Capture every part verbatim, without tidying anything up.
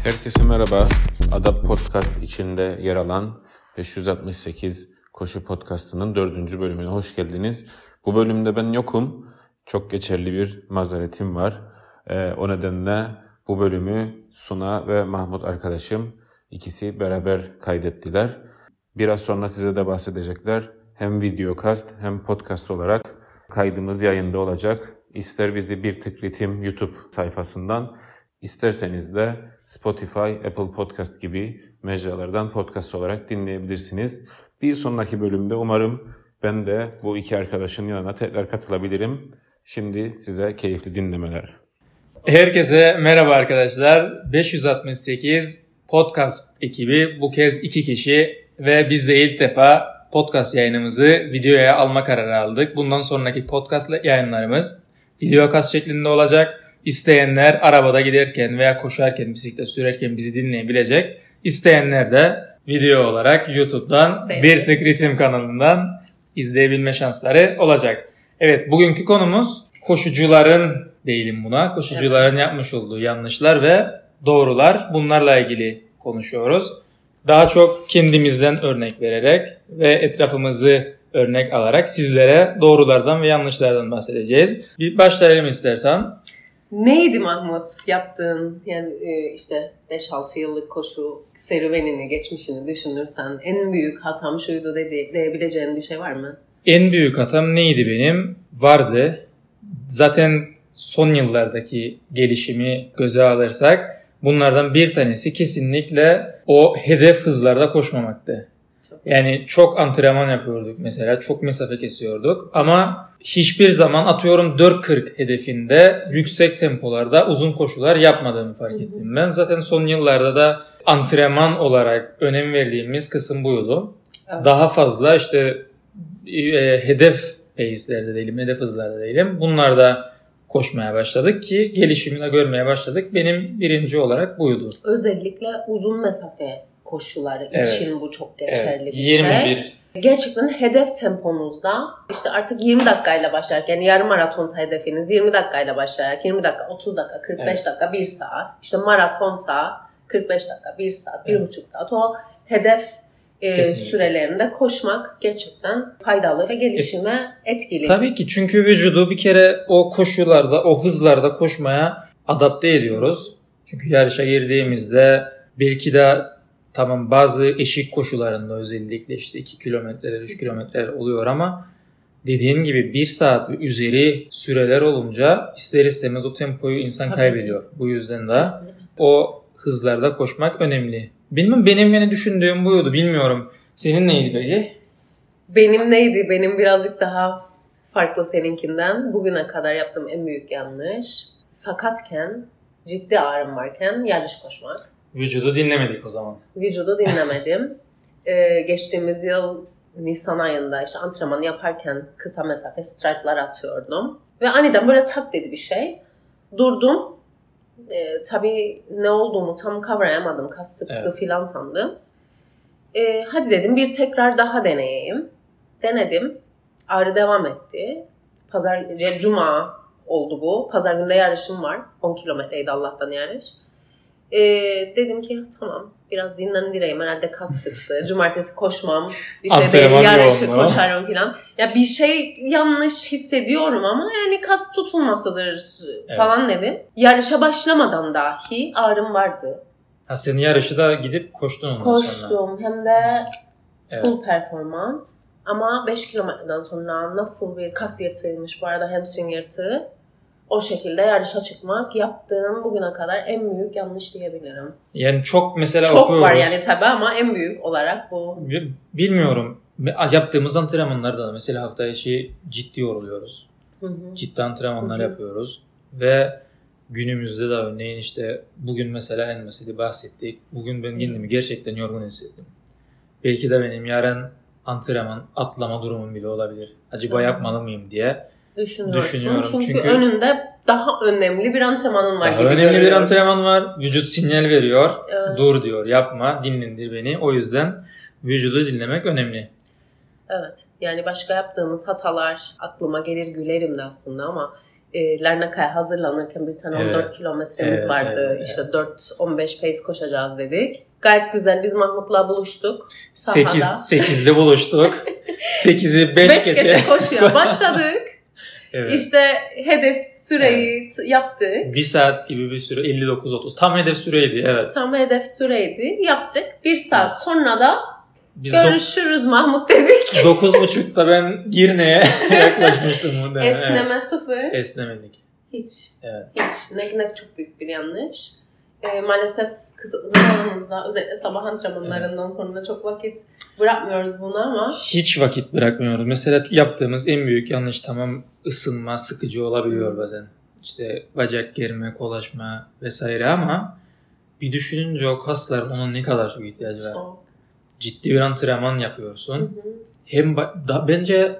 Herkese merhaba. Adap Podcast içinde yer alan beş yüz altmış sekiz Koşu Podcast'ının dördüncü bölümüne hoş geldiniz. Bu bölümde ben yokum. Çok geçerli bir mazeretim var. Ee, o nedenle bu bölümü Suna ve Mahmut arkadaşım ikisi beraber kaydettiler. Biraz sonra size de bahsedecekler. Hem videocast hem podcast olarak kaydımız yayında olacak. İster bizi bir tık ritim YouTube sayfasından, İsterseniz de Spotify, Apple Podcast gibi mecralardan podcast olarak dinleyebilirsiniz. Bir sonraki bölümde umarım ben de bu iki arkadaşın yanına tekrar katılabilirim. Şimdi size keyifli dinlemeler. Herkese merhaba arkadaşlar. beş yüz altmış sekiz podcast ekibi bu kez iki kişi ve biz de ilk defa podcast yayınımızı videoya alma kararı aldık. Bundan sonraki podcast yayınlarımız videocast şeklinde olacak. İsteyenler arabada giderken veya koşarken, bisiklet sürerken bizi dinleyebilecek. İsteyenler de video olarak YouTube'dan Sevdim. Bir Tık Ritim kanalından izleyebilme şansları olacak. Evet, bugünkü konumuz koşucuların, diyelim buna, koşucuların evet. yapmış olduğu yanlışlar ve doğrular. Bunlarla ilgili konuşuyoruz. Daha çok kendimizden örnek vererek ve etrafımızı örnek alarak sizlere doğrulardan ve yanlışlardan bahsedeceğiz. Bir başlayalım istersen. Neydi Mahmut yaptığın, yani işte beş altı yıllık koşu serüvenini, geçmişini düşünürsen en büyük hatam şuydu dedi, diyebileceğin bir şey var mı? En büyük hatam neydi benim? Vardı. Zaten son yıllardaki gelişimi göze alırsak bunlardan bir tanesi kesinlikle o hedef hızlarda koşmamaktı. Yani çok antrenman yapıyorduk mesela, çok mesafe kesiyorduk ama hiçbir zaman atıyorum dört kırk hedefinde yüksek tempolarda uzun koşular yapmadığımı fark ettim. Ben zaten son yıllarda da antrenman olarak önem verdiğimiz kısım buydu. Evet. Daha fazla işte e, hedef pace'lerde değilim, hedef hızlarda değilim. Bunlarda koşmaya başladık ki gelişimini görmeye başladık. Benim birinci olarak buydu. Özellikle uzun mesafe koşuları için evet. Bu çok geçerli evet. bir yirmi bir şey. Gerçekten hedef temponuzda işte artık yirmi dakikayla başlayarak, yani yarım maraton hedefiniz yirmi dakikayla başlayarak yirmi dakika, otuz dakika, kırk beş evet. dakika, bir saat. İşte maratonsa kırk beş dakika, bir saat, bir buçuk evet. saat. O hedef e, sürelerinde koşmak gerçekten faydalı ve gelişime e, etkili. Tabii ki, çünkü vücudu bir kere o koşularda, o hızlarda koşmaya adapte ediyoruz. Çünkü yarışa girdiğimizde belki de tamam bazı eşik koşularında özellikle işte iki kilometreler, üç kilometreler oluyor ama dediğin gibi bir saat ve üzeri süreler olunca ister istemez o tempoyu insan Tabii. kaybediyor. Bu yüzden de Kesinlikle. O hızlarda koşmak önemli. Bilmem, benim yani düşündüğüm buydu. Bilmiyorum. Senin neydi peki? Benim neydi? Benim birazcık daha farklı seninkinden. Bugüne kadar yaptığım en büyük yanlış. Sakatken, ciddi ağrım varken yarış koşmak. Vücudu dinlemedik o zaman. Vücudu dinlemedim. ee, geçtiğimiz yıl Nisan ayında işte antrenman yaparken kısa mesafe stride'lar atıyordum. Ve aniden böyle tak dedi bir şey. Durdum. Ee, tabii ne olduğunu tam kavrayamadım. Kas sıklığı evet. filan sandım. Ee, hadi dedim bir tekrar daha deneyeyim. Denedim. Ağrı devam etti. Pazar, Cuma oldu bu. Pazar günde yarışım var. on kilometreydi Allah'tan yarış. Ee, dedim ki tamam biraz dinlendireyim, herhalde kas sıktı. Cumartesi koşmam, bir şey değil, yarışı koşarım falan. Ya bir şey yanlış hissediyorum ama yani kas tutulmasıdır evet. falan dedim. Yarışa başlamadan dahi ağrım vardı. Ha, senin yarışı da gidip koştun ondan Koştum. sonra. Koştum hem de full evet. performans. Ama beş kilometreden sonra nasıl bir kas yırtığıymış bu arada, hamstring yırtığı. O şekilde yarışa çıkmak yaptığım bugüne kadar en büyük yanlış diyebilirim. Yani çok mesela çok okuyoruz. Çok var yani tabii ama en büyük olarak bu. Bilmiyorum. Yaptığımız antrenmanlarda da mesela hafta içi ciddi yoruluyoruz. Hı hı. Ciddi antrenmanlar hı hı. yapıyoruz. Ve günümüzde de örneğin işte bugün mesela en basiti bahsettik. Bugün ben kendimi gerçekten yorgun hissettim. Belki de benim yarın antrenman atlama durumum bile olabilir. Acaba hı. yapmalı mıyım diye. Düşünüyorum. Çünkü, Çünkü önünde daha önemli bir antrenmanın var daha gibi önemli görüyoruz. bir antrenman var. Vücut sinyal veriyor. Evet. Dur diyor, yapma, dinlendir beni. O yüzden vücudu dinlemek önemli. Evet. Yani başka yaptığımız hatalar aklıma gelir, gülerim de aslında ama e, Larnaka'ya hazırlanırken bir tane Evet. on dört kilometremiz Evet, vardı. evet, İşte dört on beş pace koşacağız dedik. Gayet güzel. Biz Mahmut'la buluştuk. Sahada. sekiz sekizde buluştuk. sekizi beş beş geçe. geçe koşuyor. Başladık. Evet. İşte hedef süreyi t- yaptık. Bir saat gibi bir süre, elli dokuz otuz. Tam hedef süreydi, evet. Tam hedef süreydi. Yaptık. Bir saat sonra da Biz dok- görüşürüz Mahmut dedik. dokuz buçukta ben Girne'ye yaklaşmıştım muhtemelen. Esneme Evet. sıfır. Esnemedik. Hiç. Evet. Hiç. Ne, ne çok büyük bir yanlış. Ee, maalesef kısa zamanımızda özellikle sabah antrenmanlarından sonra çok vakit bırakmıyoruz buna ama Hiç vakit bırakmıyoruz. Mesela yaptığımız en büyük yanlış, tamam, ısınma sıkıcı olabiliyor bazen. İşte bacak germe, kolaşma vesaire, ama bir düşününce o kasların ona ne kadar çok ihtiyacı var. çok. Ciddi bir antrenman yapıyorsun. Hı hı. Hem ba- da, bence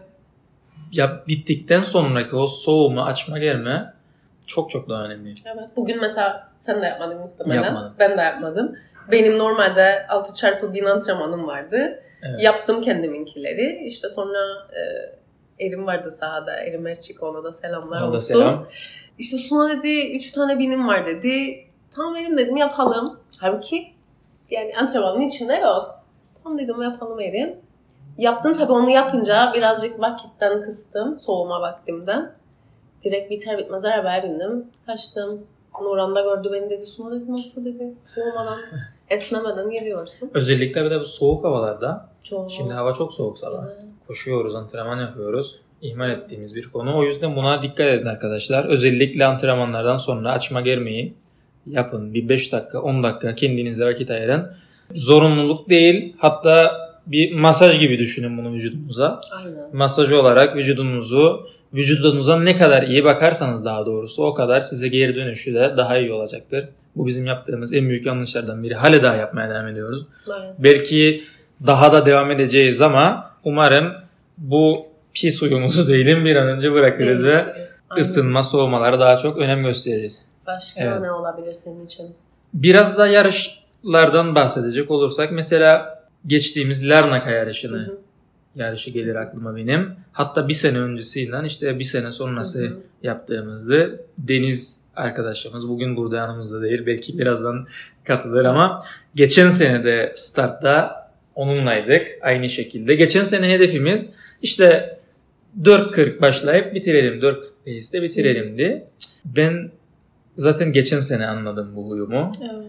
ya bittikten sonraki o soğuma, açma, germe çok çok daha önemli. Evet. Bugün mesela sen de yapmadın muhtemelen. Yapmadım. Ben de yapmadım. Benim normalde altı çarpı bin antrenmanım vardı. Evet. Yaptım kendiminkileri. İşte sonra e, Erim vardı sahada. Erim Erçik, ona da selamlar Ona da olsun. selam. İşte Suna dedi üç tane binim var dedi. Tamam Erim dedim, yapalım. Halbuki yani antrenmanın içinde yok. Tamam dedim, yapalım Erim. Yaptım tabii, onu yapınca birazcık vakitten kıstım. Soğuma vaktimden. Direkt biter bitmez arabaya bindim. Kaçtım. Nuran da gördü beni, dedi. Suna dedi, nasıl dedi. Soğumadan, esnemeden geliyorsun. Özellikle bir de bu soğuk havalarda. Çok. Şimdi hava çok soğuk sabah. Evet. Koşuyoruz, antrenman yapıyoruz. İhmal ettiğimiz bir konu. O yüzden buna dikkat edin arkadaşlar. Özellikle antrenmanlardan sonra açma germeyi yapın. Bir beş dakika, on dakika kendinize vakit ayırın. Zorunluluk değil. Hatta bir masaj gibi düşünün bunu vücudunuza. Aynen. Masaj olarak vücudunuzu, vücudunuza ne kadar iyi bakarsanız daha doğrusu o kadar size geri dönüşü de daha iyi olacaktır. Bu bizim yaptığımız en büyük yanlışlardan biri. Hala daha yapmaya devam ediyoruz. Maalesef. Belki daha da devam edeceğiz ama umarım bu pis huyumuzu değilim bir an önce bırakırız ve Aynen. ısınma, soğumalara daha çok önem gösteririz. Başka Evet. ne olabilir senin için? Biraz da yarışlardan bahsedecek olursak, mesela geçtiğimiz Larnaca yarışını, Hı hı. yarışı gelir aklıma benim. Hatta bir sene öncesiyle işte bir sene sonrası Hı hı. yaptığımızdı. Deniz arkadaşımız bugün burada yanımızda değil. Belki birazdan katılır ama geçen sene de startta onunlaydık aynı şekilde. Geçen sene hedefimiz işte dört kırk başlayıp bitirelim. dört kırk pace'de bitirelimdi. Ben zaten geçen sene anladım bu huyumu. Evet.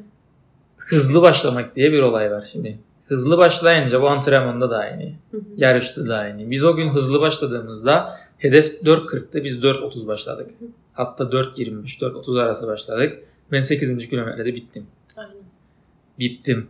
Hızlı başlamak diye bir olay var şimdi. Hızlı başlayınca bu antrenmanda da aynı. Hı hı. Yarışta da aynı. Biz o gün hızlı başladığımızda hedef dört kırktı. Biz dört otuz başladık. Hatta dört yirmi beş dört otuz arası başladık. Ben sekizinci kilometrede bittim. Aynen. Bittim.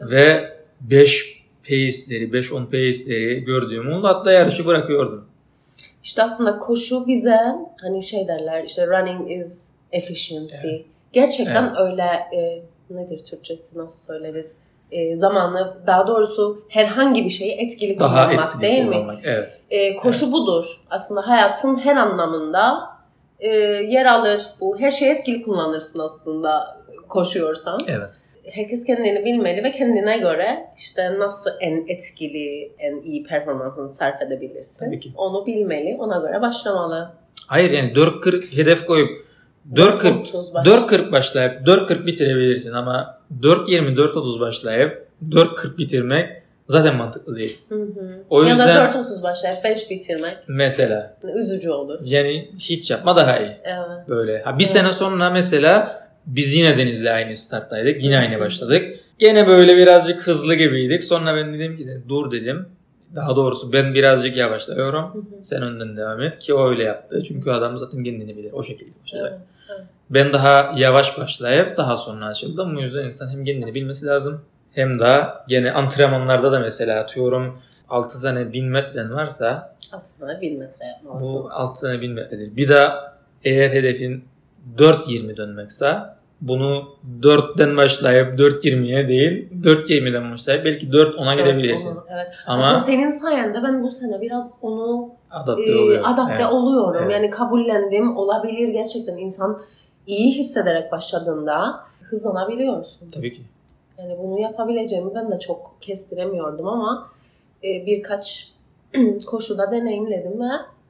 Ve beş pace'leri, beş on pace'leri gördüğüm oldu. Hatta yarışı bırakıyordum. İşte aslında koşu bize hani şey derler, işte running is efficiency. Evet. Gerçekten Evet. öyle e, nedir Türkçesi, nasıl söyleriz? E, zamanı, daha doğrusu herhangi bir şeyi etkili Daha kullanmak etkili değil mi? kullanmak. Evet. E, koşu Evet. budur. Aslında hayatın her anlamında e, yer alır. Bu her şeyi etkili kullanırsın aslında koşuyorsan. Evet. Herkes kendini bilmeli ve kendine göre işte nasıl en etkili, en iyi performansını sarf edebilirsin. Tabii ki. Onu bilmeli, ona göre başlamalı. Hayır yani dört kırk hedef koyup dört kırk otuz baş- dört kırk başlayıp dört kırk bitirebilirsin ama dört yirmi dört otuz başlayıp dört kırk bitirmek zaten mantıklı değil. Hı hı. O Ya yüzden da dört otuz başlayıp beş bitirmek mesela üzücü olur. yani hiç yapma daha iyi. Evet. Böyle. Ha, bir Evet. sene sonra mesela biz yine Deniz'le aynı starttaydık. Yine aynı başladık. Gene böyle birazcık hızlı gibiydik. Sonra ben dedim ki dur dedim. Daha doğrusu ben birazcık yavaşlıyorum. Hı hı. Sen önden devam et ki o öyle yaptı. Çünkü adam zaten kendini bilir. O şekilde başladı. Evet. Evet. Ben daha yavaş başlayıp daha sonra açıldım. O yüzden insan hem kendini bilmesi lazım hem de gene antrenmanlarda da mesela atıyorum altı tane bin metren varsa Aslında bir metre yapmalısın. bu altı tane bin metredir. Bir de eğer hedefin dört yirmi dönmekse bunu dörtten başlayıp dört yirmiye değil dört yirmiden başlayıp belki dört ona gidebilirsin. Onu, evet. Ama Aslında senin sayende ben bu sene biraz onu adapte e, oluyor. adapte Evet. oluyorum. Evet. Yani kabullendim. Olabilir, gerçekten insan iyi hissederek başladığında hızlanabiliyorsun. Tabii ki. Yani bunu yapabileceğimi ben de çok kestiremiyordum ama e, birkaç koşuda deneyimledim ve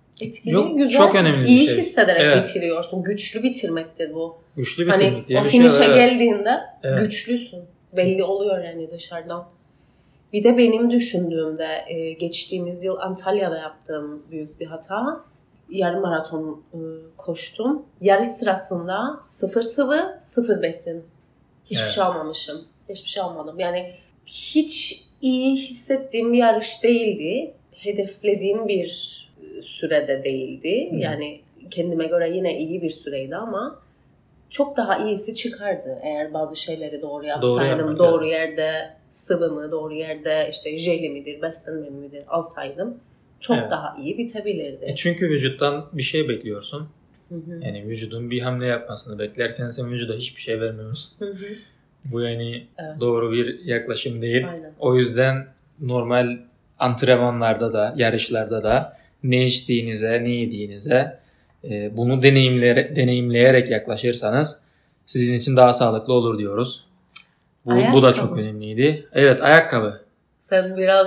Etkili, Yok, güzel. çok önemli bir İyi şey. hissederek Evet. bitiriyorsun. Güçlü bitirmektir bu. Güçlü bitirmek Hani diye o bir şey finish'e var. geldiğinde Evet. güçlüsün. Belli oluyor yani dışarıdan. Bir de benim düşündüğümde e, geçtiğimiz yıl Antalya'da yaptığım büyük bir hata. Yarım maraton e, koştum. Yarış sırasında sıfır sıvı, sıfır besin. Hiçbir Evet. şey almamışım. Hiçbir şey almadım. Yani hiç iyi hissettiğim bir yarış değildi. Hedeflediğim bir sürede değildi. Hmm. Yani kendime göre yine iyi bir süreydi ama çok daha iyisi çıkardı eğer bazı şeyleri doğru yapsaydım. Doğru, doğru lazım. yerde sıvımı, doğru yerde işte jeli midir, beslenme midir alsaydım çok Evet. daha iyi bitebilirdi. E çünkü vücuttan bir şey bekliyorsun. Hı hı. Yani vücudun bir hamle yapmasını beklerken sen vücuda hiçbir şey vermiyorsun. Hı hı. Bu yani Evet. doğru bir yaklaşım değil. Aynen. O yüzden normal antrenmanlarda da, yarışlarda da ne içtiğinize, ne yediğinize e, bunu deneyimleyerek, deneyimleyerek yaklaşırsanız sizin için daha sağlıklı olur diyoruz. Bu, bu da çok önemliydi. Evet, ayakkabı. Sen biraz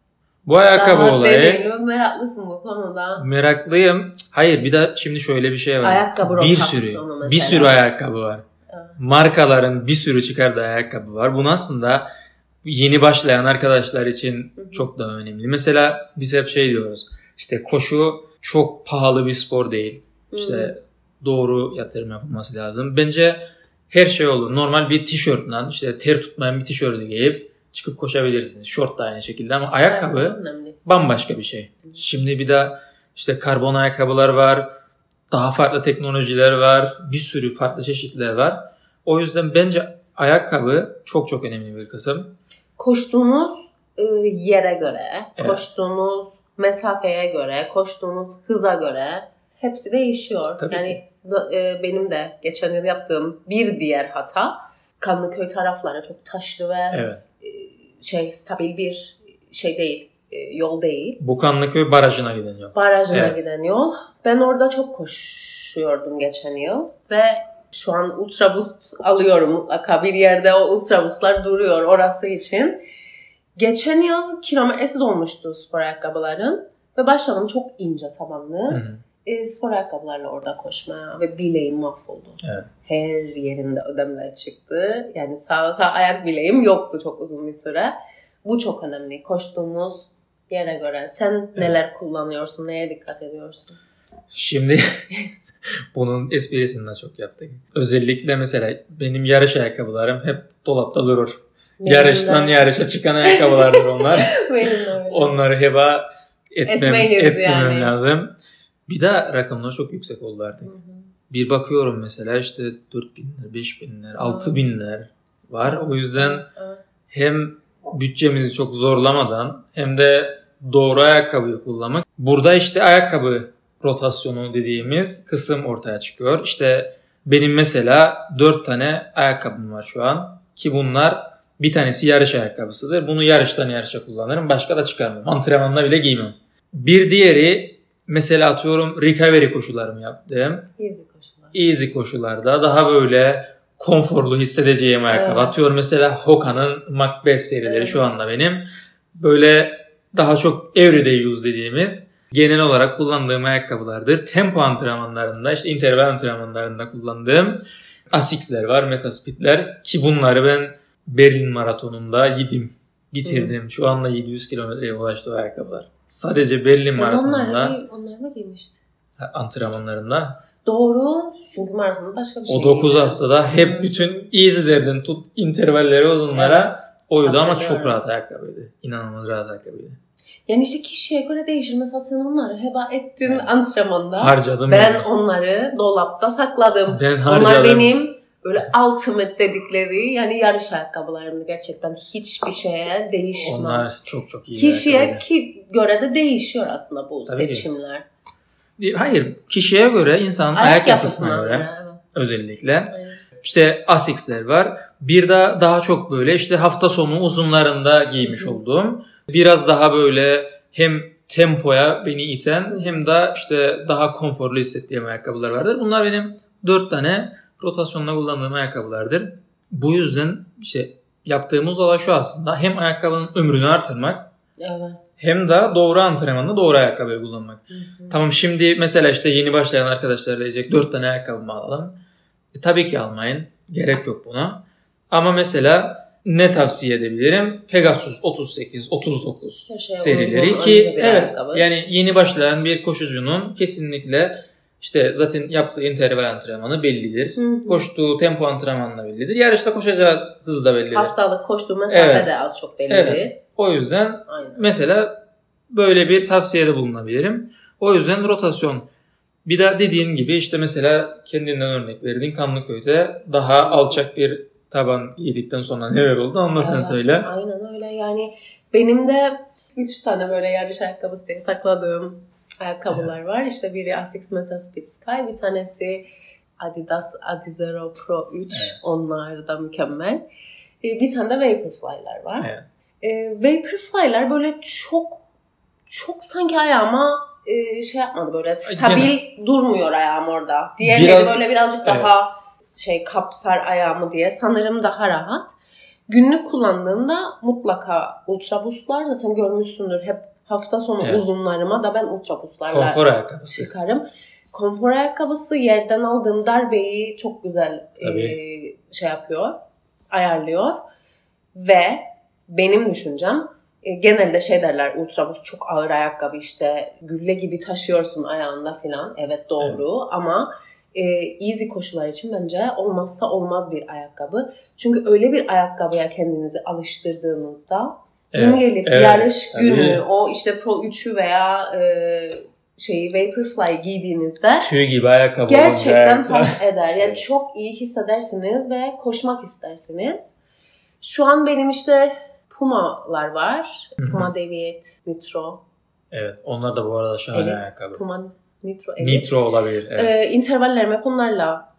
Bu ayakkabı daha olayı deneyimli ve meraklısın bu konuda. meraklıyım. Hayır, bir de şimdi şöyle bir şey var. Ayakkabı bir rotasyonu sürü, mesela. bir sürü ayakkabı var. Evet. Markaların bir sürü çıkardığı ayakkabı var. Bu aslında yeni başlayan arkadaşlar için Hı hı. çok daha önemli. Mesela biz hep şey diyoruz. İşte koşu çok pahalı bir spor değil. İşte Hı. doğru yatırım yapılması lazım. Bence her şey olur. Normal bir tişörtle, işte ter tutmayan bir tişörtü giyip çıkıp koşabilirsiniz. Şort da aynı şekilde ama ayakkabı Önemli. bambaşka bir şey. Şimdi bir de işte karbon ayakkabılar var. Daha farklı teknolojiler var. Bir sürü farklı çeşitler var. O yüzden bence ayakkabı çok çok önemli bir kısım. Koştuğunuz e, yere göre, Evet. koştuğunuz mesafeye göre, koştuğunuz hıza göre hepsi değişiyor. Tabii yani za- e, benim de geçen yıl yaptığım bir diğer hata Kanlıköy tarafları çok taşlı ve Evet. e, şey stabil bir şey değil, e, yol değil. Bu Kanlıköy barajına giden yol. Barajına Evet. giden yol. Ben orada çok koşuyordum geçen yıl ve şu an Ultra Boost alıyorum mutlaka. Bir yerde o Ultra Boost'lar duruyor orası için. Geçen yıl kilometresi dolmuştu spor ayakkabıların ve başladım çok ince tabanlı Hı hı. e, spor ayakkabılarla orada koşmaya ve bileğim mahvoldu. Evet. Her yerinde ödemler çıktı. Yani sağ sağ ayak bileğim yoktu çok uzun bir süre. Bu çok önemli. Koştuğumuz yere göre. Sen neler kullanıyorsun? Neye dikkat ediyorsun? Şimdi bunun esprisini de çok yaptık. Özellikle mesela benim yarış ayakkabılarım hep dolapta durur. Benim Yarıştan de. yarışa çıkan ayakkabılardır onlar. Benim de öyle. Onları heba etmem, Etmeyiz etmemem yani. lazım. Bir de rakamlar çok yüksek oldu artık. Hı hı. Bir bakıyorum mesela işte dört binler, beş binler, altı binler var. O yüzden Evet. hem bütçemizi çok zorlamadan hem de doğru ayakkabıyı kullanmak. Burada işte ayakkabı rotasyonu dediğimiz kısım ortaya çıkıyor. İşte benim mesela dört tane ayakkabım var şu an. Ki bunlar bir tanesi yarış ayakkabısıdır. Bunu yarıştan yarışa kullanırım. Başka da çıkarmam. Antrenmanda bile giymem. Bir diğeri mesela atıyorum recovery koşularımı yaptım. Easy koşular. Easy koşularda daha böyle konforlu hissedeceğim ayakkabı. Evet. Atıyorum mesela Hoka'nın Macbeth serileri Evet. şu anda benim. Böyle daha çok everyday use dediğimiz genel olarak kullandığım ayakkabılardır. Tempo antrenmanlarında işte interval antrenmanlarında kullandığım Asics'ler var, Metaspeed'ler ki bunları ben Berlin Maratonunda yedim, bitirdim. Hı. Şu anda yedi yüz kilometreye ulaştı o ayakkabılar. Sadece Berlin Sen Maratonu'nda onları, onları mı giymiştin? antrenmanlarında. Doğru. Çünkü maratonun başka bir şey. O dokuz değil. haftada hep bütün easy'lerden tut intervalleri uzunlara Evet. oydu ama Hatırlıyorum. çok rahat ayakkabıydı. İnanılmaz rahat ayakkabıydı. Yani işte kişiye göre değişir. Mesela sen onları heba ettin Evet. antrenmanda. Harcadım Ben yani. onları dolapta sakladım. Ben harcadım. Onlar benim böyle ultimate dedikleri yani yarış ayakkabılarımdı gerçekten. Hiçbir şeye değişmem. Onlar çok çok iyi. Kişiye ayakkabıydı. ki göre de değişiyor aslında bu Tabii ki. seçimler. Hayır, kişiye göre, insanın ayak, Ayak yapısına yapısına göre göre. Evet. özellikle. Aynen. İşte Asics'ler var. Bir de daha çok böyle işte hafta sonu uzunlarında giymiş Hı. olduğum. Biraz daha böyle hem tempoya beni iten hem de işte daha konforlu hissettiğim ayakkabılar vardır. Bunlar benim dört tane rotasyonla kullandığım ayakkabılardır. Bu yüzden işte yaptığımız olay şu aslında. Hem ayakkabının ömrünü artırmak Evet. hem de doğru antrenmanda doğru ayakkabıyı kullanmak. Hı hı. Tamam, şimdi mesela işte yeni başlayan arkadaşlar diyecek dört tane ayakkabı mı alalım? E, tabii ki almayın. Gerek yok buna. Ama mesela ne tavsiye edebilirim? Pegasus otuz sekiz, otuz dokuz serileri ki evet ayakkabı. Yani yeni başlayan bir koşucunun kesinlikle işte zaten yaptığı interval antrenmanı bellidir. Hı hı. Koştuğu tempo antrenmanı da bellidir. Yarışta koşacağı hızı da bellidir. Haftalık koştuğu mesafe evet. de az çok bellidir. Evet. O yüzden aynen. Mesela böyle bir tavsiyede bulunabilirim. O yüzden rotasyon. Bir de dediğin gibi işte mesela kendinden örnek verdiğin Kanlıköy'de daha alçak bir taban giydikten sonra neler oldu onu da sen evet, söyle. Aynen öyle yani benim de üç tane böyle yarış ayakkabısı diye sakladığım ayakkabılar evet. var. İşte biri Asics Metaspeed Sky, bir tanesi Adidas Adizero Pro üç. Evet. Onlar da mükemmel. Bir tane de Vaporfly'lar var. Evet. E, Vaporfly'lar böyle çok çok sanki ayağıma e, şey yapmadı böyle stabil Gene, durmuyor ayağım orada. Diğerleri biraz, böyle birazcık evet. daha şey kapsar ayağımı diye sanırım daha rahat. Günlük kullandığımda mutlaka Ultra Boost'lar zaten görmüşsündür. Hep hafta sonu evet. uzunlarıma da ben Ultra Boost'larla konfor ayakkabısı çıkarım. Konfor ayakkabısı yerden aldığım darbeyi çok güzel e, şey yapıyor, ayarlıyor ve benim düşüncem e, genelde şey derler Ultra Boost çok ağır ayakkabı işte gülle gibi taşıyorsun ayağında filan. Evet doğru evet. ama e, easy koşular için bence olmazsa olmaz bir ayakkabı. Çünkü öyle bir ayakkabıya kendinizi alıştırdığınızda evet. gün gelip evet. yarış günü tabii. o işte Pro üçü veya e, şeyi Vaporfly giydiğinizde tüy gibi ayakkabı gerçekten fark eder. Yani çok iyi hissedersiniz ve koşmak istersiniz. Şu an benim işte Puma'lar var. Hı-hı. Puma Deviate Nitro. Evet. Onlar da bu arada şahane evet, ayakkabı. Puma Nitro. Evet. Nitro olabilir. Evet. Ee, intervallerimi hep onlarla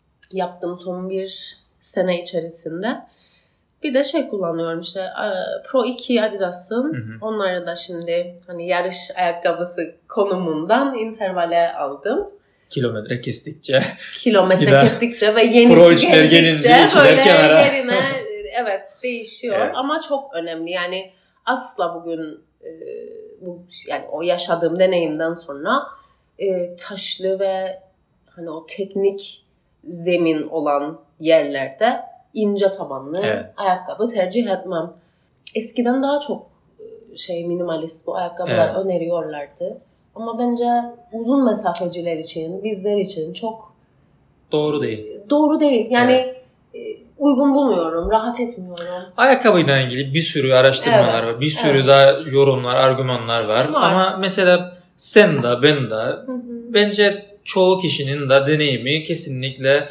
yaptım son bir sene içerisinde. Bir de şey kullanıyorum işte Pro iki Adidas'ın. Hı-hı. Onları da şimdi hani yarış ayakkabısı konumundan intervale aldım. Kilometre kestikçe. Kilometre kestikçe ve yenisi geldikçe böyle kenara. Yerine evet değişiyor evet. ama çok önemli. Yani asla bugün e, bu yani o yaşadığım deneyimden sonra e, taşlı ve hani o teknik zemin olan yerlerde ince tabanlı evet. ayakkabı tercih etmem. Eskiden daha çok şey minimalist bu ayakkabılar evet. öneriyorlardı. Ama bence uzun mesafeciler için, bizler için çok doğru değil. Doğru değil. Yani evet. uygun bulmuyorum, rahat etmiyorum. Ayakkabıyla ilgili bir sürü araştırmalar evet. var. Bir sürü evet. daha yorumlar, argümanlar var. var. Ama mesela sen de ben de hı hı. bence çoğu kişinin de deneyimi kesinlikle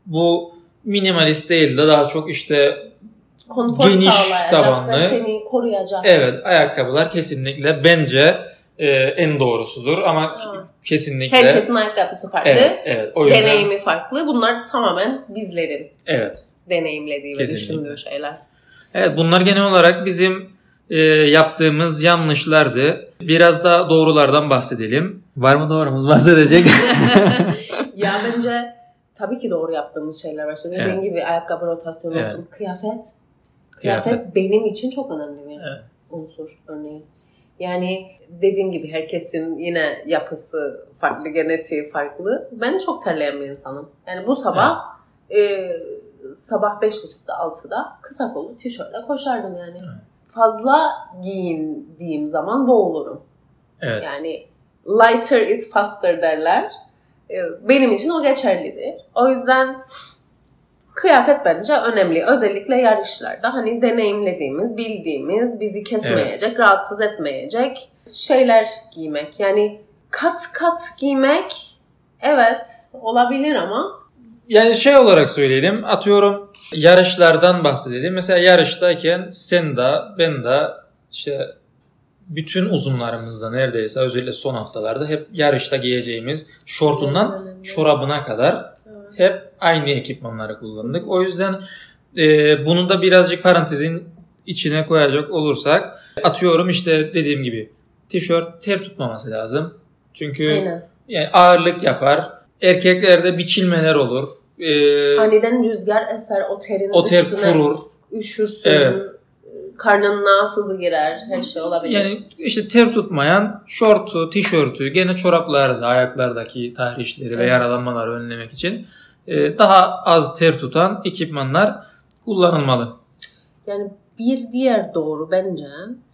bu minimalist değil de daha çok işte konfor geniş tabanlı ve seni koruyacak. Evet, ayakkabılar kesinlikle bence e, en doğrusudur ama ha. kesinlikle herkesin ayakkabısı farklı. Evet, evet. O yüzden deneyimi farklı. Bunlar tamamen bizlerin evet. deneyimlediği ve düşündüğü şeyler. Evet, bunlar genel olarak bizim e, yaptığımız yanlışlardı. Biraz da doğrulardan bahsedelim. Var mı doğrumuz bahsedecek? Ya bence tabii ki doğru yaptığımız şeyler var. İşte dediğin evet. gibi ayakkabı rotasyonu evet. olsun. Kıyafet. Kıyafet. Kıyafet benim için çok önemli bir evet. unsur örneğin. Yani dediğim gibi herkesin yine yapısı farklı, genetiği farklı. Ben çok terleyen bir insanım. Yani bu sabah evet. e, sabah beş buçukta altıda kısa kollu tişörtle koşardım yani. Evet. Fazla giyindiğim zaman boğulurum. Evet. Yani lighter is faster derler. Benim için o geçerlidir. O yüzden kıyafet bence önemli. Özellikle yarışlarda hani deneyimlediğimiz, bildiğimiz, bizi kesmeyecek, evet. rahatsız etmeyecek şeyler giymek. Yani kat kat giymek evet olabilir ama. Yani şey olarak söyleyelim, atıyorum yarışlardan bahsedelim. Mesela yarıştayken sen de ben de işte bütün uzunlarımızda neredeyse özellikle son haftalarda hep yarışta giyeceğimiz şortundan evet, çorabına kadar evet. hep aynı ekipmanları kullandık. O yüzden e, bunu da birazcık parantezin içine koyacak olursak atıyorum işte dediğim gibi tişört ter tutmaması lazım. Çünkü yani ağırlık yapar. Erkeklerde biçilmeler olur. E, Aniden rüzgar eser o terin o ter üstüne kurur. Üşürsün. Evet. karnına sızı girer, her şey olabilir. Yani işte ter tutmayan şortu, tişörtü, gene çorapları da ayaklardaki tahrişleri ve Evet. yaralanmaları önlemek için e, daha az ter tutan ekipmanlar kullanılmalı. Yani bir diğer doğru bence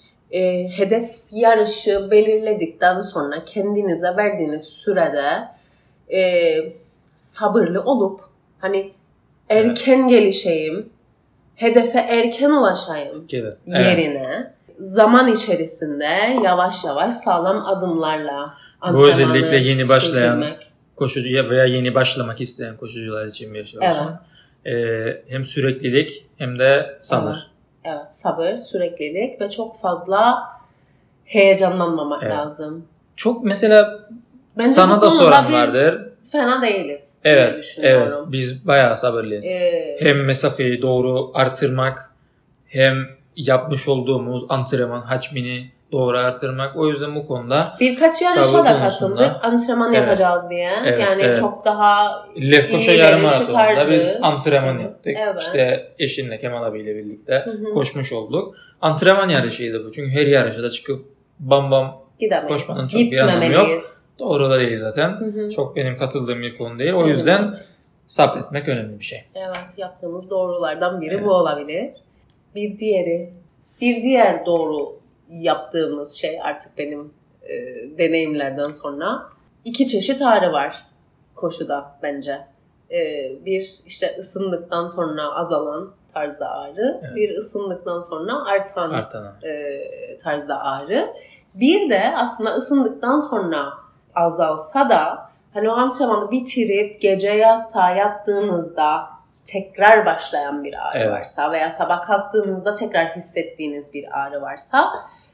e, hedef yarışı belirledikten sonra kendinize verdiğiniz sürede e, sabırlı olup hani erken gelişeyim, hedefe erken ulaşayım Evet. yerine zaman içerisinde yavaş yavaş sağlam adımlarla Bu antrenmanı özellikle yeni başlayan sürdürmek. koşucu veya yeni başlamak isteyen koşucular için bir şey olsun. Ee, hem süreklilik hem de sabır. Evet. Evet, sabır, süreklilik ve çok fazla heyecanlanmamak Evet. lazım. Çok mesela Bence sana bu da konuda soran biz vardır. fena değiliz diye Evet, evet. düşünüyorum. Biz bayağı sabırlıyız. Ee, Hem mesafeyi doğru artırmak, hem yapmış olduğumuz antrenman hacmini doğru artırmak. O yüzden bu konuda birkaç yarışa sabır da konusunda- katıldık. Antrenman Evet. yapacağız diye. Evet, yani evet. çok daha Lefkoşa İyileri yarım maratonunda çıkardı. biz antrenman Hı hı. yaptık. Evet. İşte eşimle Kemal abiyle birlikte Hı hı. koşmuş olduk. Antrenman yarışıydı bu. Çünkü her yarışa da çıkıp bam bam gidemeyiz. koşmanın çok bir anlamı Gitmemeliyiz. doğru da değil zaten. Hı hı. Çok benim katıldığım bir konu değil. O Evet. yüzden sabretmek önemli bir şey. Evet, yaptığımız doğrulardan biri Evet. bu olabilir. Bir diğeri, bir diğer doğru yaptığımız şey artık benim e, deneyimlerden sonra iki çeşit ağrı var koşuda bence. E, bir işte ısındıktan sonra azalan tarzda ağrı, Evet. bir ısındıktan sonra artan Artana. e, tarzda ağrı. Bir de aslında ısındıktan sonra azalsa da hani o antrenmanı bitirip gece yatağa yattığınızda tekrar başlayan bir ağrı Evet. varsa veya sabah kalktığınızda tekrar hissettiğiniz bir ağrı varsa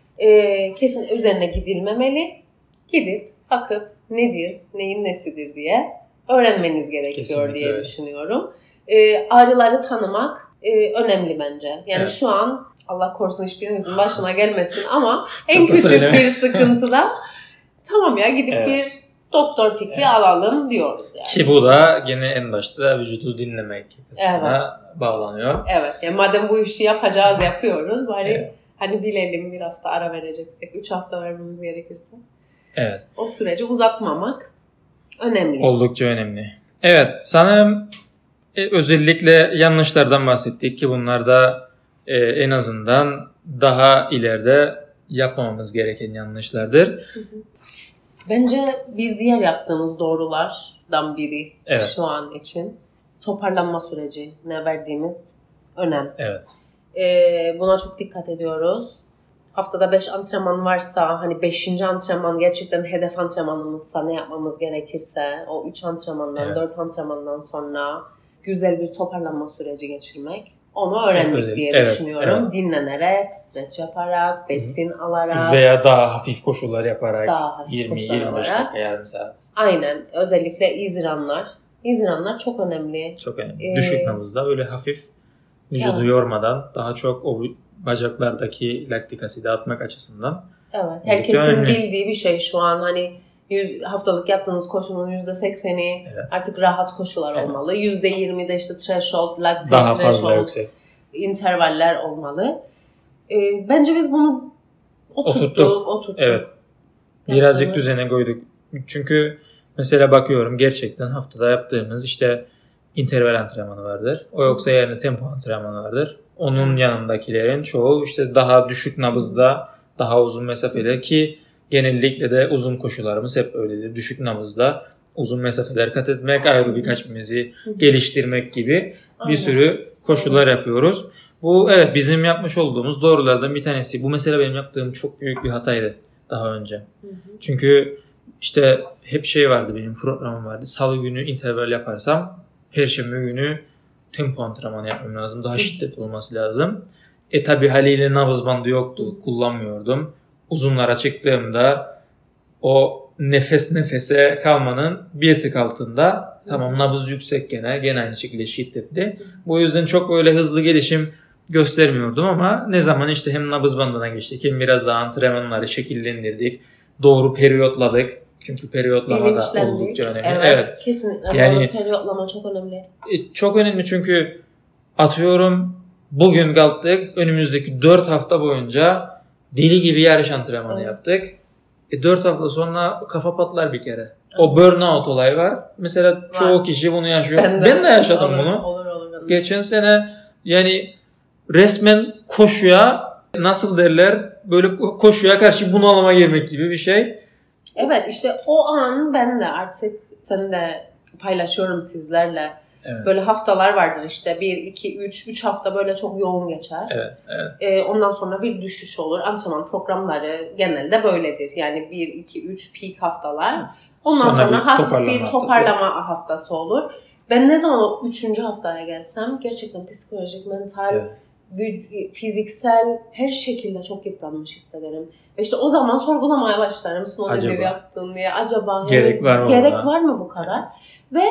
e, kesin üzerine gidilmemeli. Gidip bakıp nedir, neyin nesidir diye öğrenmeniz gerekiyor Kesinlikle diye öyle. düşünüyorum. E, ağrıları tanımak e, önemli bence. Yani Evet. şu an Allah korusun hiçbirinizin başına gelmesin ama en Çok da küçük söyleme. bir sıkıntıda tamam ya gidip Evet. bir doktor fikri Evet. alalım diyoruz yani. Ki bu da gene en başta vücudu dinlemek kısmına bağlanıyor. Evet. Yani madem bu işi yapacağız, yapıyoruz. Bari Evet. hani bilelim bir hafta ara vereceksek, üç hafta vermemiz gerekirse. Evet. O süreci uzatmamak önemli. Oldukça önemli. Evet. Sanırım e, özellikle yanlışlardan bahsettik ki bunlar da e, en azından daha ileride yapmamamız gereken yanlışlardır. Hı hı. Bence bir diğer yaptığımız doğrulardan biri Evet. şu an için toparlanma sürecine verdiğimiz önem. Evet. Ee, buna çok dikkat ediyoruz. Haftada beş antrenman varsa hani beşinci antrenman gerçekten hedef antrenmanımızsa ne yapmamız gerekirse o üç antrenmandan, Evet. dört antrenmandan sonra güzel bir toparlanma süreci geçirmek. Onu öğrendik Evet, diye evet, düşünüyorum. evet. Dinlenerek, streç yaparak, besin alarak, Veya daha hafif koşullar yaparak daha hafif yirmi koşular yirmi beş alarak. dakika yarım saat. Aynen. Özellikle easy runlar. Easy runlar çok önemli. Çok önemli. Ee, Düşük nabızda böyle hafif vücudu Evet. yormadan daha çok o bacaklardaki laktik asidi atmak açısından. Evet. Oldukça Herkesin önemli. bildiği bir şey şu an hani yüz, haftalık yaptığınız koşunun yüzde sekseni Evet. artık rahat koşular Evet. olmalı. yüzde yirmi de işte threshold, lactate Daha fazla threshold, yüksek. intervaller olmalı. Ee, bence biz bunu oturttuk. Oturttuk. oturttuk. Evet. Birazcık Yaptığımız- düzene koyduk. Çünkü mesela bakıyorum gerçekten haftada yaptığımız işte interval antrenmanı vardır. O yoksa yani tempo antrenmanı vardır. Onun yanındakilerin çoğu işte daha düşük nabızda, daha uzun mesafede ki genellikle de uzun koşularımız hep öyledir. Düşük nabızda uzun mesafeler kat etmek, aerobik hacmimizi geliştirmek gibi Aynen. bir sürü koşular yapıyoruz. Bu evet bizim yapmış olduğumuz doğrulardan bir tanesi. Bu mesela benim yaptığım çok büyük bir hataydı daha önce. Hı hı. Çünkü işte hep şey vardı, benim programım vardı. Salı günü interval yaparsam Perşembe günü tempo antrenmanı yapmam lazım. Daha şiddetli olması lazım. E tabi haliyle nabız bandı yoktu. Kullanmıyordum. Uzunlara çıktığımda o nefes nefese kalmanın bir tık altında. Tamam nabız yüksek gene. Gene aynı şekilde şiddetli. Bu yüzden çok böyle hızlı gelişim göstermiyordum ama ne zaman işte hem nabız bandına geçtik hem biraz daha antrenmanları şekillendirdik. Doğru periyotladık. Çünkü periyotlama da Bilinçlendik. oldukça önemli. Evet, Evet. kesinlikle. Yani- Yani, periyotlama çok önemli. E, çok önemli çünkü atıyorum Bugün kalktık. Önümüzdeki dört hafta boyunca deli gibi yarış antrenmanı Evet. yaptık. E dört hafta sonra kafa patlar bir kere. O burnout olayı var. Mesela çoğu Var. kişi bunu yaşıyor. Ben Ben de, de, yaşadım olur, bunu. Olur olur. olur. Geçen sene yani resmen koşuya, nasıl derler, böyle ko- koşuya karşı bunalıma girmek gibi bir şey. Evet, işte o an ben de artık seni de paylaşıyorum sizlerle. Evet. Böyle haftalar vardır işte bir, iki, üç, üç hafta böyle çok yoğun geçer. Evet, evet. Ee, ondan sonra bir düşüş olur. Antrenman programları genelde böyledir. Yani bir, iki, üç peak haftalar. Ondan Sonra sonra, bir hafif toparlama bir haftası. toparlama haftası olur. Ben ne zaman o üçüncü haftaya gelsem gerçekten psikolojik, mental, Evet. vü- fiziksel her şekilde çok yıpranmış hissederim. Ve işte o zaman sorgulamaya başlarım. Sonra Acaba? neler yaptın diye. Acaba Gerek yani var mı gerek ona? var mı bu kadar? Ve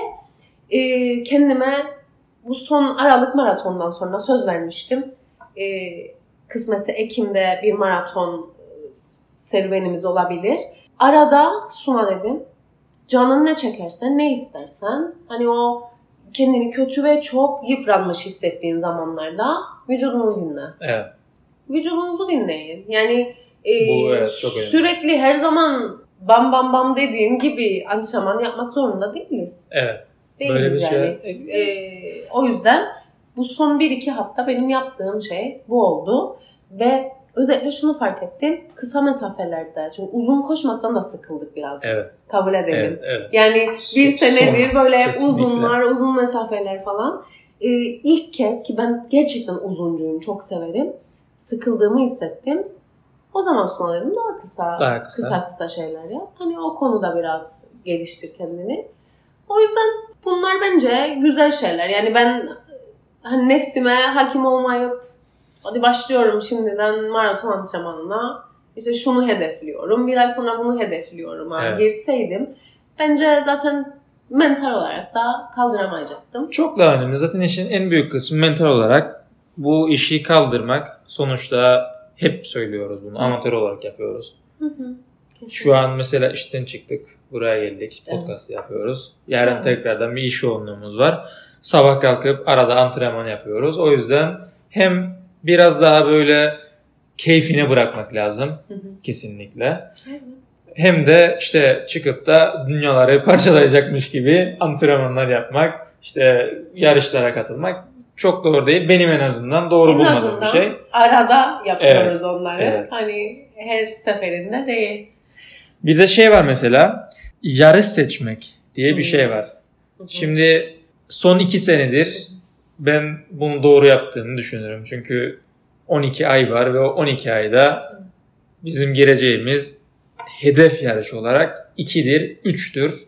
e, kendime bu son Aralık maratondan sonra söz vermiştim. E, kısmetse Ekim'de bir maraton e, serüvenimiz olabilir. Arada Suna dedim. Canın ne çekersen, ne istersen, hani o kendini kötü ve çok yıpranmış hissettiğin zamanlarda vücudunu dinle. Evet. Vücudunuzu dinleyin. Yani e, Bu evet, çok önemli. sürekli her zaman bam bam bam dediğin gibi antrenman yapmak zorunda değiliz. Evet. Değiliz Böyle bir yani. şey. E, o yüzden bu son bir iki hafta benim yaptığım şey bu oldu. Ve özellikle şunu fark ettim. Kısa mesafelerde, çünkü uzun koşmaktan da sıkıldık birazcık. Evet. Kabul edelim. Evet, evet. Yani bir Son- senedir böyle kesinlikle. uzunlar, uzun mesafeler falan. Ee, ilk kez ki ben gerçekten uzuncuyum, çok severim. Sıkıldığımı hissettim. O zaman sonra dedim daha kısa, Daha kısa. kısa kısa şeyler yap. Hani o konuda biraz geliştir kendini. O yüzden bunlar bence güzel şeyler. Yani ben hani nefsime hakim olmayıp hadi başlıyorum şimdiden maraton antrenmanına. İşte şunu hedefliyorum. Bir ay sonra bunu hedefliyorum. Ha. Evet. Girseydim bence zaten mental olarak da kaldıramayacaktım. Çok daha önemli. Zaten işin en büyük kısmı mental olarak bu işi kaldırmak. Sonuçta hep söylüyoruz bunu. Amatör olarak yapıyoruz. Hı hı. Şu an mesela işten çıktık. Buraya geldik. Evet. Podcast yapıyoruz. Yarın Evet. tekrardan bir iş yoğunluğumuz var. Sabah kalkıp arada antrenman yapıyoruz. O yüzden hem biraz daha böyle keyfine bırakmak lazım. Hı hı. Kesinlikle. Evet. Hem de işte çıkıp da dünyaları parçalayacakmış gibi antrenmanlar yapmak, işte yarışlara katılmak çok doğru değil. Benim en azından doğru En bulmadığım azından bir şey. arada yapıyoruz onları. Evet. Hani her seferinde değil. Bir de şey var mesela, yarış seçmek diye bir Hı. şey var. Hı hı. Şimdi son iki senedir ben bunu doğru yaptığını düşünüyorum. Çünkü on iki ay var ve o on iki ayda bizim geleceğimiz hedef yarış olarak ikidir, üçtür,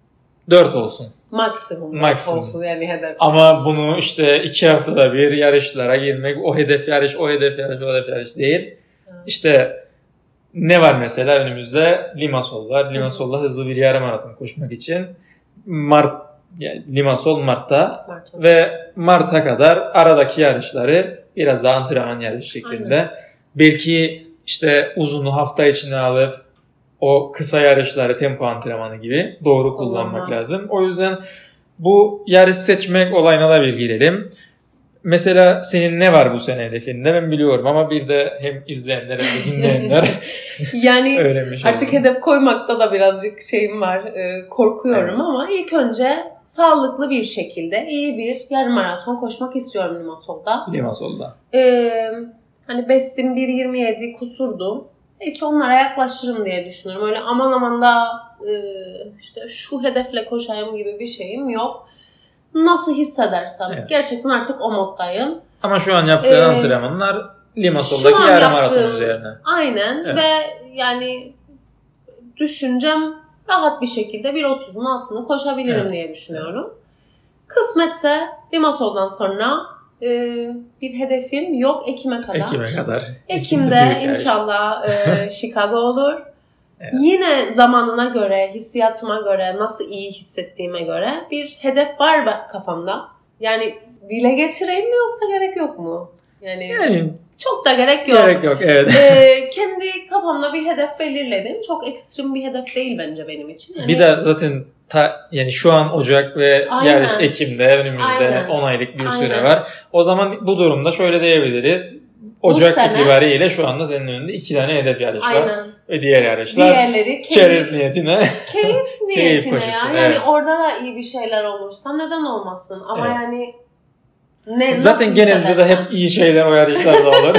dört olsun. Maksimum, Maksimum. olsun yani hedef. Ama bunu işte iki haftada bir yarışlara girmek, o hedef yarış, o hedef yarış, o hedef yarış değil. Evet. İşte ne var mesela önümüzde? Limassol var. Limassol'da hızlı bir yarım maraton koşmak için Mart, yani Limassol Mart'ta Maraton. ve Mart'a kadar aradaki yarışları biraz daha antrenman yarışı şeklinde. Aynen. Belki işte uzunu hafta içine alıp o kısa yarışları tempo antrenmanı gibi doğru kullanmak Kullanmak. lazım. O yüzden bu yarış seçmek olayına da bir girelim. Mesela senin ne var bu sene hedefinde ben biliyorum ama bir de hem izleyenler hem de dinleyenler Yani öğrenmiş artık olsun. hedef koymakta da birazcık şeyim var, e, korkuyorum Evet. ama ilk önce sağlıklı bir şekilde iyi bir yarım maraton koşmak istiyorum Limassol'da. Limassol'da. E, hani bestim bir yirmi yedi kusurdu. Belki onlara yaklaşırım diye düşünüyorum. Öyle aman aman da e, işte şu hedefle koşayım gibi bir şeyim yok. Nasıl hissedersem. Evet. Gerçekten artık o moddayım. Ama şu an yaptığın Ee, antrenmanlar Limassol'daki şu an yarım yaptığım- maraton üzerine. Aynen Evet. ve yani düşüncem rahat bir şekilde bir otuzun altını koşabilirim Evet. diye düşünüyorum. Kısmetse Limassol'dan sonra e, bir hedefim yok Ekim'e kadar. Ekim'e kadar. Ekim'de büyük yarış. inşallah e, Chicago olur. Evet. Yine zamanına göre, hissiyatıma göre, nasıl iyi hissettiğime göre bir hedef var be- kafamda. Yani dile getireyim mi yoksa gerek yok mu? Yani, Yani çok da gerek yok. gerek yok, evet. Ee, kendi kafamda bir hedef belirledim. Çok ekstrem bir hedef değil bence benim için. Yani, bir de zaten ta, yani şu an Ocak ve Aynen. yani Ekim'de önümüzde Aynen. on aylık bir Aynen. süre var. O zaman bu durumda şöyle diyebiliriz. Ocak sene, itibariyle şu anda senin önünde iki tane hedef yarış var. Aynen. Ve diğer yarışlar Diğerleri keyif, çerez niyetine. keyif niyetine koşusu, yani. evet. Yani orada da iyi bir şeyler olursa neden olmasın? Ama Evet. yani ne, Zaten genelde de hep iyi şeyler o yarışlarda olur.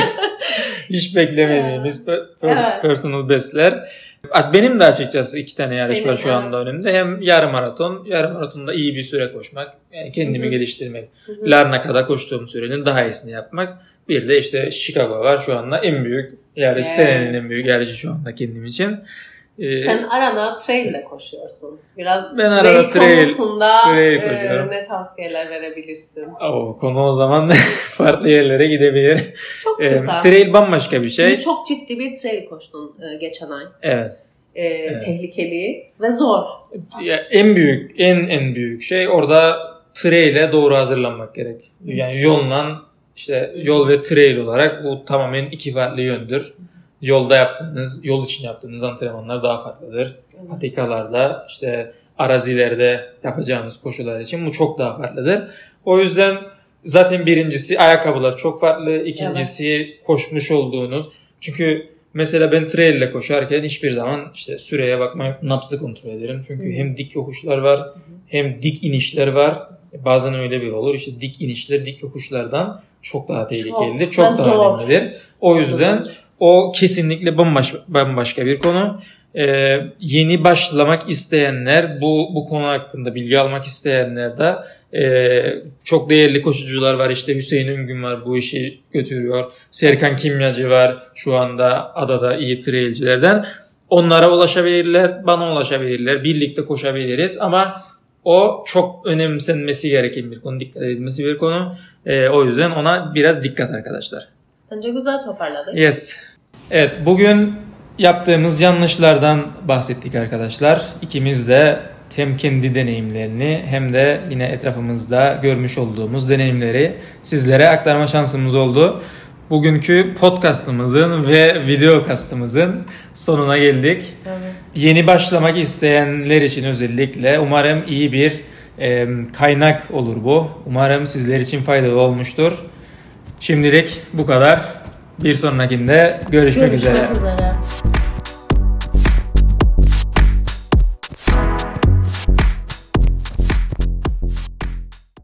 Hiç beklemediğimiz per- per- Evet. personal bestler. Benim de açıkçası iki tane yarış Senin, var şu evet. anda önümde. Hem yarım maraton, yarım maratonda iyi bir süre koşmak, yani kendimi Hı hı. geliştirmek, Hı hı. Larnaka'da koştuğum sürenin daha iyisini yapmak. Bir de işte Chicago var şu anda en büyük yarış, Evet. senenin en büyük yarışı şu anda kendim için. Ee, Sen arada trail ile koşuyorsun. Biraz Ben trail, arada trail- konusunda trail e, koşuyorum. ne tavsiyeler verebilirsin? o konu o zaman farklı yerlere gidebilir. Çok Ee, güzel. trail bambaşka bir şey. Şimdi çok ciddi bir trail koştun e, geçen ay. Evet. E, Evet. Tehlikeli ve zor. Ya en büyük, en en büyük şey orada trail'e doğru hazırlanmak gerek. Yani yolla işte yol ve trail olarak bu tamamen iki farklı yöndür. Yolda yaptığınız, yol için yaptığınız antrenmanlar daha farklıdır. Patikalarda, işte arazilerde yapacağınız koşular için bu çok daha farklıdır. O yüzden zaten birincisi ayakkabılar çok farklı. İkincisi koşmuş olduğunuz. Çünkü mesela ben trail ile koşarken hiçbir zaman işte süreye bakmam, nabzı kontrol ederim. Çünkü Hı. hem dik yokuşlar var, hem dik inişler var. Bazen öyle bir olur. İşte dik inişler, dik yokuşlardan çok daha tehlikelidir. Çok, Çok daha zor. önemlidir. O yüzden o kesinlikle bambaşka, bambaşka bir konu. Ee, yeni başlamak isteyenler, bu bu konu hakkında bilgi almak isteyenler de e, çok değerli koşucular var. İşte Hüseyin Üngün var, bu işi götürüyor. Serkan Kimyacı var şu anda adada iyi trailcilerden. Onlara ulaşabilirler, bana ulaşabilirler. Birlikte koşabiliriz ama o çok önemsenmesi gereken bir konu, dikkat edilmesi bir konu. Ee, o yüzden ona biraz dikkat arkadaşlar. Bence güzel toparladık. Yes. Evet, bugün yaptığımız yanlışlardan bahsettik arkadaşlar. İkimiz de hem kendi deneyimlerini hem de yine etrafımızda görmüş olduğumuz deneyimleri sizlere aktarma şansımız oldu. Bugünkü podcastımızın ve videokastımızın sonuna geldik. Evet. Yeni başlamak isteyenler için özellikle umarım iyi bir e, kaynak olur bu. Umarım sizler için faydalı olmuştur. Şimdilik bu kadar. Bir sonrakinde görüşmek, Görüşmek üzere. üzere.